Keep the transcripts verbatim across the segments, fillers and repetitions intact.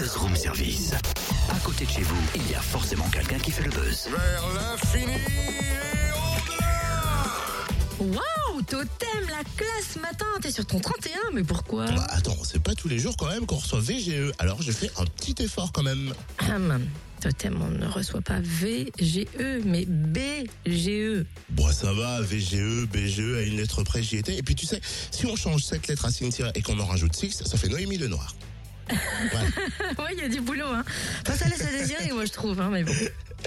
Buzz Room Service. À côté de chez vous, il y a forcément quelqu'un qui fait le buzz. Vers l'infini et au-delà. Waouh, Totem, la classe matin, t'es sur ton trente et un, mais pourquoi? Bah attends, c'est pas tous les jours quand même qu'on reçoit V G E, alors j'ai fait un petit effort quand même. Hum, Totem, on ne reçoit pas V G E, mais B G E. Bon ça va, V G E, B G E, à une lettre près j'y étais. Et puis tu sais, si on change cette lettre à Cynthia et qu'on en rajoute six, ça fait Noémie Lenoir. Ouais. Ouais, il y a du boulot, hein. Enfin, ça laisse à désirer, moi, je trouve, hein, mais bon.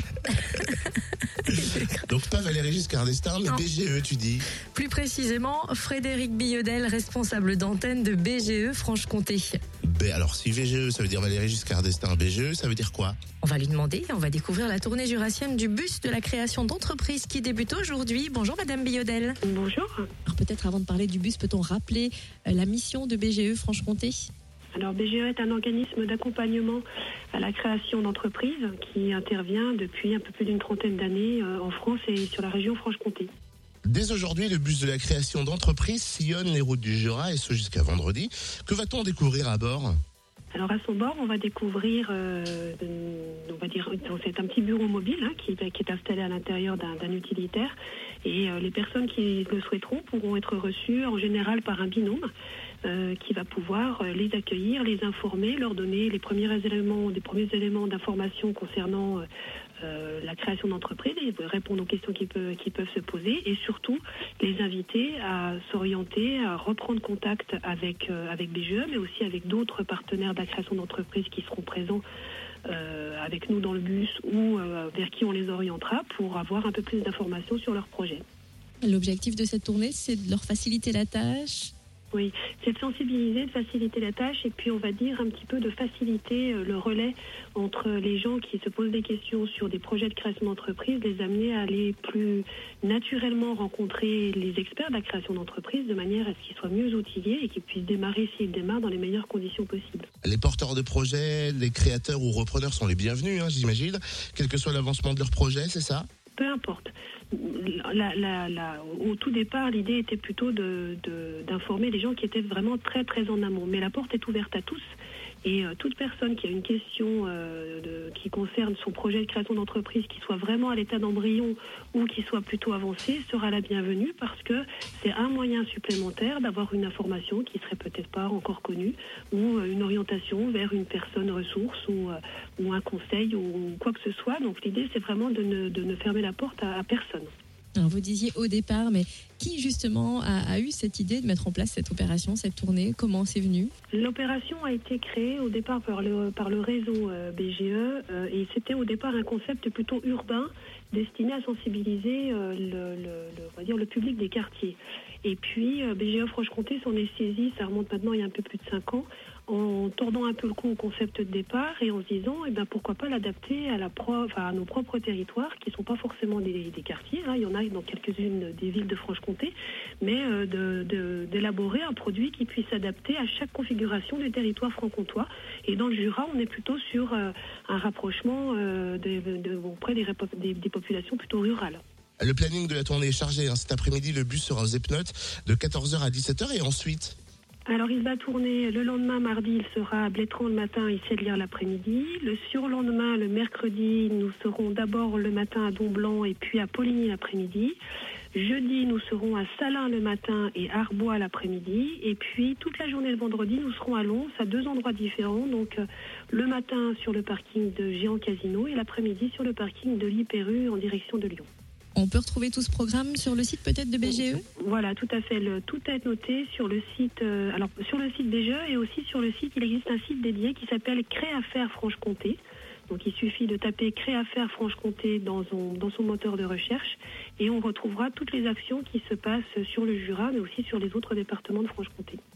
Donc pas Valérie Giscard d'Estaing, mais Non. B G E tu dis. Plus précisément, Frédéric Billodel, responsable d'antenne de B G E Franche-Comté. B, alors si V G E ça veut dire Valérie Giscard d'Estaing, B G E ça veut dire quoi? On va lui demander, on va découvrir la tournée jurassienne du bus de la création d'entreprise qui débute aujourd'hui. Bonjour Madame Billodel. Bonjour. Alors peut-être avant de parler du bus, peut-on rappeler euh, la mission de B G E Franche-Comté? Alors B G E est un organisme d'accompagnement à la création d'entreprises qui intervient depuis un peu plus d'une trentaine d'années euh, en France et sur la région Franche-Comté. Dès aujourd'hui, le bus de la création d'entreprise sillonne les routes du Jura et ce jusqu'à vendredi. Que va-t-on découvrir à bord? Alors à son bord, on va découvrir, euh, on va dire, c'est un petit bureau mobile hein, qui, qui est installé à l'intérieur d'un, d'un utilitaire et euh, les personnes qui le souhaiteront pourront être reçues en général par un binôme euh, qui va pouvoir euh, les accueillir, les informer, leur donner les premiers éléments, des premiers éléments d'information concernant euh, euh, la création d'entreprise et répondre aux questions qui peuvent, qui peuvent se poser et surtout les inviter à s'orienter, à reprendre contact avec, euh, avec B G E mais aussi avec d'autres partenaires de la création d'entreprise qui seront présents euh, avec nous dans le bus ou euh, vers qui on les orientera pour avoir un peu plus d'informations sur leur projet. L'objectif de cette tournée, c'est de leur faciliter la tâche. Oui, c'est de sensibiliser, de faciliter la tâche et puis on va dire un petit peu de faciliter euh, le relais entre les gens qui se posent des questions sur des projets de création d'entreprise, les amener à aller plus naturellement rencontrer les experts de la création d'entreprise de manière à ce qu'ils soient mieux outillés et qu'ils puissent démarrer s'ils démarrent dans les meilleures conditions possibles. Les porteurs de projets, les créateurs ou repreneurs sont les bienvenus, hein, j'imagine, quel que soit l'avancement de leur projet, c'est ça? Peu importe. La, la, la, au tout départ, l'idée était plutôt de, de, d'informer les gens qui étaient vraiment très très en amont. Mais la porte est ouverte à tous et euh, toute personne qui a une question euh, de, qui concerne son projet de création d'entreprise, qui soit vraiment à l'état d'embryon ou qui soit plutôt avancé, sera la bienvenue parce que c'est un moyen supplémentaire d'avoir une information qui serait peut-être pas encore connue ou euh, une orientation vers une personne ressource ou, euh, ou un conseil ou quoi que ce soit. Donc l'idée c'est vraiment de ne, de ne fermer la porte à, à personne. Alors vous disiez au départ, mais qui justement a, a eu cette idée de mettre en place cette opération, cette tournée? Comment c'est venu? L'opération a été créée au départ par le, par le réseau euh, B G E euh, et c'était au départ un concept plutôt urbain destiné à sensibiliser euh, le, le, le, on va dire le public des quartiers. Et puis euh, B G E Franche-Comté s'en est saisi, ça remonte maintenant il y a un peu plus de cinq ans, en tordant un peu le cou au concept de départ et en se disant eh ben, pourquoi pas l'adapter à, la pro, enfin, à nos propres territoires qui ne sont pas forcément des, des quartiers, hein. Il y en a dans quelques-unes des villes de Franche-Comté, mais euh, de, de, d'élaborer un produit qui puisse s'adapter à chaque configuration du territoire franc-comtois. Et dans le Jura, on est plutôt sur euh, un rapprochement euh, de, de, auprès des, des, des populations plutôt rurales. Le planning de la tournée est chargé, hein. Cet après-midi, le bus sera aux Epnotes de quatorze heures à dix-sept heures et ensuite... Alors il va tourner le lendemain, mardi, il sera à Blétran le matin et Cédelière l'après-midi. Le surlendemain, le mercredi, nous serons d'abord le matin à Domblanc et puis à Poligny l'après-midi. Jeudi, nous serons à Salins le matin et Arbois l'après-midi. Et puis toute la journée le vendredi, nous serons à Lons, à deux endroits différents. Donc euh, le matin sur le parking de Géant Casino et l'après-midi sur le parking de Lipéru en direction de Lyon. On peut retrouver tout ce programme sur le site peut-être de B G E? Voilà, tout à fait. Le, tout est noté sur le site. Euh, alors sur le site B G E et aussi sur le site, il existe un site dédié qui s'appelle Créafaire Franche-Comté. Donc il suffit de taper Créafaire Franche-Comté dans son, dans son moteur de recherche et on retrouvera toutes les actions qui se passent sur le Jura, mais aussi sur les autres départements de Franche-Comté.